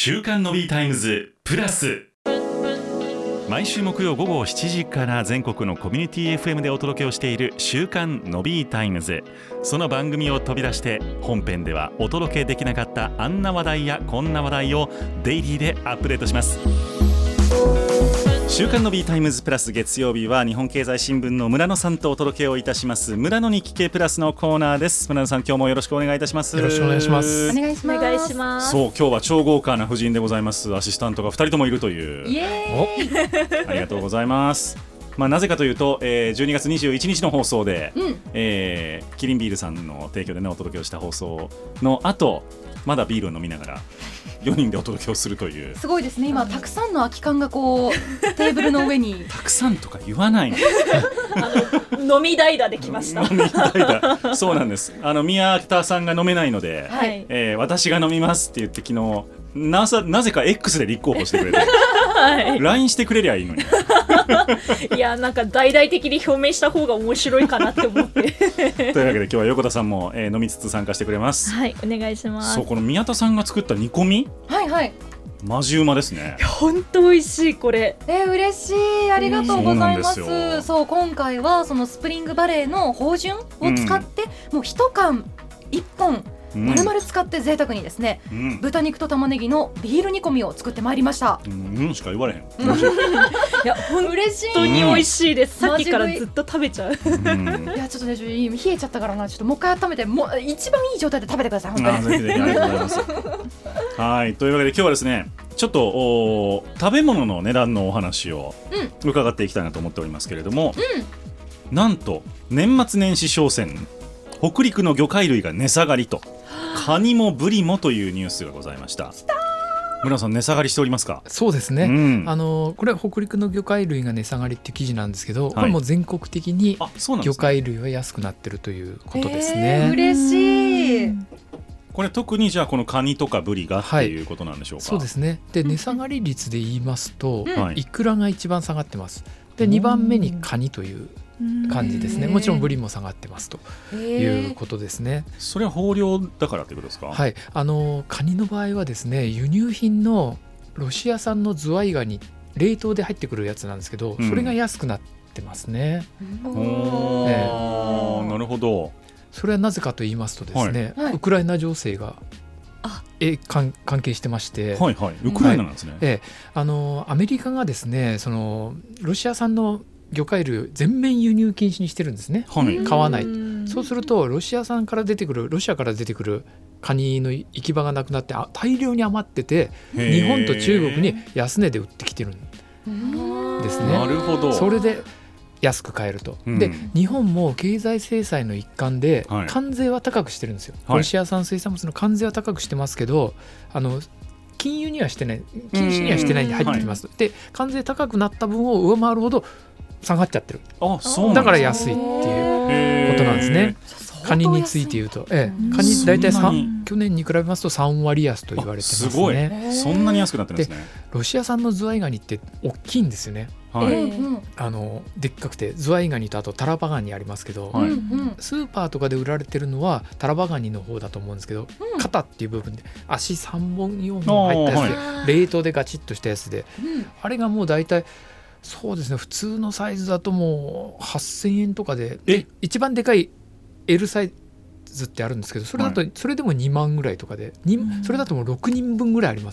週刊の B タイムズプラス、毎週木曜午後7時から全国のコミュニティ FM でお届けをしている週刊の B タイムズ。その番組を飛び出して本編ではお届けできなかったあんな話題やこんな話題をデイリーでアップデートします。週刊の B タイムズプラス、月曜日は日本経済新聞の村野さんとお届けをいたします村野日記系プラスのコーナーです。村野さん、今日もよろしくお願いいたします。 よろしくお願いします。 お願いします。 そう、今日は超豪華な夫人でございます。アシスタントが2人ともいるという。 イエーイありがとうございます。なぜかというと、12月21日の放送で、キリンビールさんの提供で、ね、お届けをした放送の後、まだビールを飲みながら4人でお届けをするという。 すごいですね。今たくさんの空き缶がこうテーブルの上にたくさんとか言わない飲み代打できました。 飲み代打そうなんです。宮田さんが飲めないので、 はい、 私が飲みますって言って昨日なぜか X で立候補してくれて、 はい、 LINE してくれりゃいいのにいや、なんか大々的に表明した方が面白いかなって思ってというわけで今日は横田さんも、飲みつつ参加してくれます。 はい、お願いします。 そう、この宮田さんが作った煮込み、 はいはい、 マジうまですね。 本当美味しいこれ。 嬉しい、ありがとうございます。 そうなんですよ。 そう、今回はそのスプリングバレーの芳醇を使って、もう1缶1本丸々使って贅沢にですね、豚肉と玉ねぎのビール煮込みを作ってまいりました。 しか言われへん。 いや、嬉しい。本当に美味しいです。さっきからずっと食べちゃう。いや、ちょっとね、冷えちゃったからな、ちょっともう一回温めて、もう一番いい状態で食べてください。本当に。 ぜひぜひ、ありがとうございます。はい、というわけで今日はですね、ちょっと食べ物の値段のお話を伺っていきたいなと思っておりますけれども、なんと年末年始商戦、北陸の魚介類が値下がりと、カニもブリもというニュースがございました。村さん、値下がりしておりますか？ そうですね、これは北陸の魚介類が値下がりっていう記事なんですけど、これも全国的に魚介類は安くなってるということですね。 嬉しい。 これ特にじゃあこのカニとかブリがっていうことなんでしょうか？ そうですね。で、値下がり率で言いますと、イクラが一番下がってます。で、2番目にカニという感じですね。もちろんブリも下がってますということですね。 それは豊漁だからということですか？ はい、カニの場合はですね、輸入品のロシア産のズワイガニ、冷凍で入ってくるやつなんですけど、それが安くなってますね。 なるほど。 それはなぜかと言いますとですね、ウクライナ情勢が関係してまして、 ウクライナなんですね。 アメリカがですね、そのロシア産の魚介類を全面輸入禁止にしてるんですね。買わない。そうするとロシアから出てくるカニの行き場がなくなって、大量に余ってて、日本と中国に安値で売ってきてるんですね。 なるほど。 それで安く買えると。で、日本も経済制裁の一環で関税は高くしてるんですよ。ロシア産水産物の関税は高くしてますけど、禁輸にはしてない、禁止にはしてないんで入ってきます。で、関税高くなった分を上回るほど下がっちゃってる。だから安いっていうことなんですね。カニについて言うと、カニ大体去年に比べますと3割安と言われてますね。 すごい、そんなに安くなってるんですね。 で、ロシア産のズワイガニって大きいんですよね。でっかくて、ズワイガニとあとタラバガニありますけど、スーパーとかで売られてるのはタラバガニの方だと思うんですけど、肩っていう部分で足3本4本入ったやつで、冷凍でガチッとしたやつで、あれがもう大体そうですね、普通のサイズだともう8000円とかで、一番でかい L サイズってあるんですけど、それだと、それでも2万ぐらいとかで、それだともう6人分ぐらいあります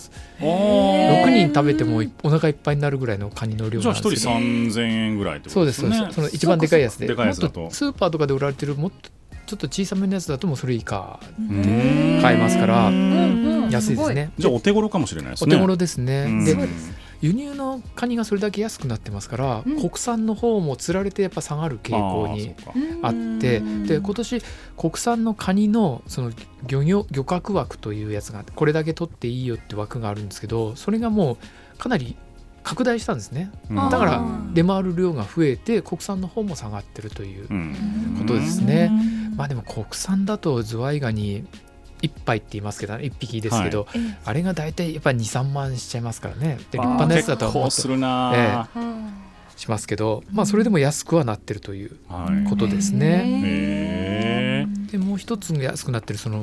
。6人食べてもお腹いっぱいになるぐらいのカニの量なんですけど。 じゃあ1人3000円ぐらいってことですね。 そうです。その一番でかいやつで、 もっとスーパーとかで売られてるもっとちょっと小さめのやつだともうそれ以下で買えますから、安いですね。 じゃあお手頃かもしれないですね。 お手頃ですね。で、輸入のカニがそれだけ安くなってますから、国産の方もつられてやっぱ下がる傾向にあって、で、今年国産のカニのその漁獲枠というやつが、これだけ取っていいよって枠があるんですけど、それがもうかなり拡大したんですね。だから出回る量が増えて、国産の方も下がってるということですね。でも国産だとズワイガニ1杯って言いますけど、1匹ですけど、あれが大体やっぱり 2,3 万しちゃいますからね。で、立派なやつだともっとするな、 しますけど、それでも安くはなってるということですね。で、もう一つ安くなってるその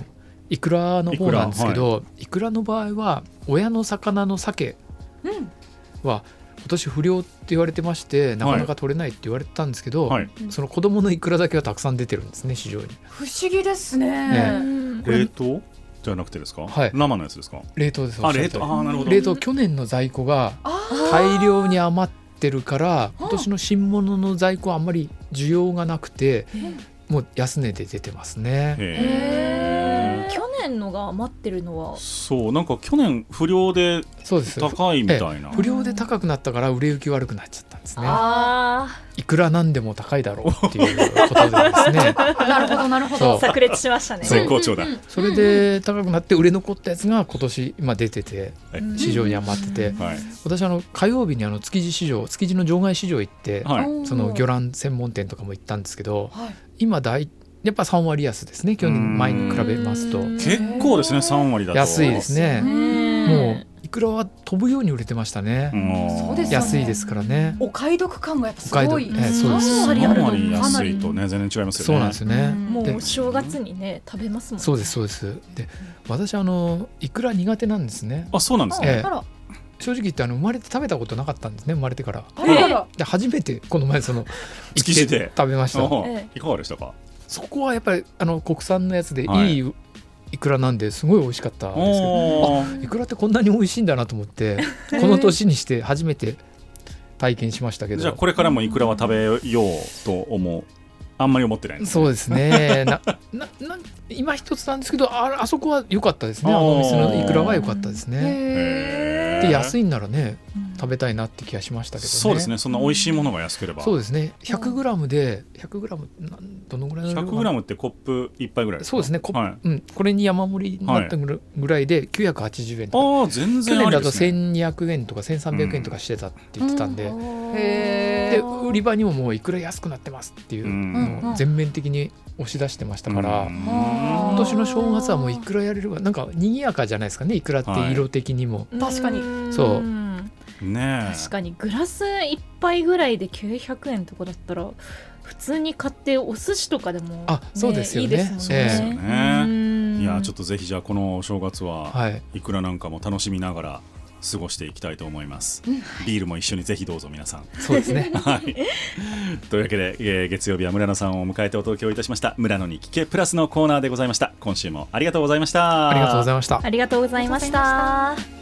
イクラの方なんですけど、イクラの場合は親の魚の鮭は今年不良って言われてましてなかなか取れないって言われてたんですけど、その子供のイクラだけはたくさん出てるんですね、市場に。 不思議ですね。 冷凍じゃなくてですか？生のやつですか？ 冷凍です。 冷凍。なるほど。 冷凍、去年の在庫が大量に余ってるから今年の新物の在庫はあんまり需要がなくてもう安値で出てますね。 去年のが余ってるのはそうなんか去年不良で高いみたいな。 不良で高くなったから売れ行き悪くなっちゃったんですね。いくらなんでも高いだろうっていうことでですねなるほどなるほど、 炸裂しましたね。 絶好調だ。 それで高くなって売れ残ったやつが今年今出てて市場に余ってて、私火曜日に築地の場外市場行って、その魚卵専門店とかも行ったんですけど、今やっぱ3割安ですね。去年前に比べますと結構ですね。3割だと安いですね。もういくらは飛ぶように売れてましたね。 そうですよね。 安いですからね。 お買い得感がやっぱすごい。 3 割あるとかなり安いとね全然違いますよね。 そうなんですよね。 もう正月にね食べますもんね。 そうですそうです。で私いくら苦手なんですね。 あ、そうなんですね。 正直言って生まれて食べたことなかったんですね。生まれてからで初めてこの前築地で食べました。 いかがでしたか？ そこはやっぱり国産のやつでいいイクラなんですごい美味しかったんですけど、イクラってこんなに美味しいんだなと思ってこの年にして初めて体験しましたけど。 じゃあこれからもイクラは食べようとあんまり思ってないんですね。 そうですね今一つなんですけど、あそこは良かったですね。お店のイクラは良かったですね。で安いんならね食べたいなって気がしましたけどね。 そうですね。そんな美味しいものが安ければ。 そうですね。100g で 100g どのぐらいの量？ 100g ってコップ1杯ぐらいですか？そうですね。 これに山盛りになったぐらいで980円とか。 全然ありですね。 去年だと1200円とか1300円とかしてたって言ってたんで、で売り場にももういくら安くなってますっていうのを全面的に押し出してましたから、今年の正月はもういくらやれるかなんか賑やかじゃないですかね。いくらって色的にも。 確かにそうね。 確かにグラス1杯ぐらいで900円とかだったら普通に買ってお寿司とかでも、 そうですよね。 いいですもんね。 いやちょっとぜひじゃあこの正月はいくらなんかも楽しみながら過ごしていきたいと思います。ビールも一緒にぜひどうぞ皆さん。 そうですね。 というわけで、月曜日は村野さんを迎えてお届けをいたしました村野に聞けプラスのコーナーでございました。今週もありがとうございました。 ありがとうございました。 ありがとうございました。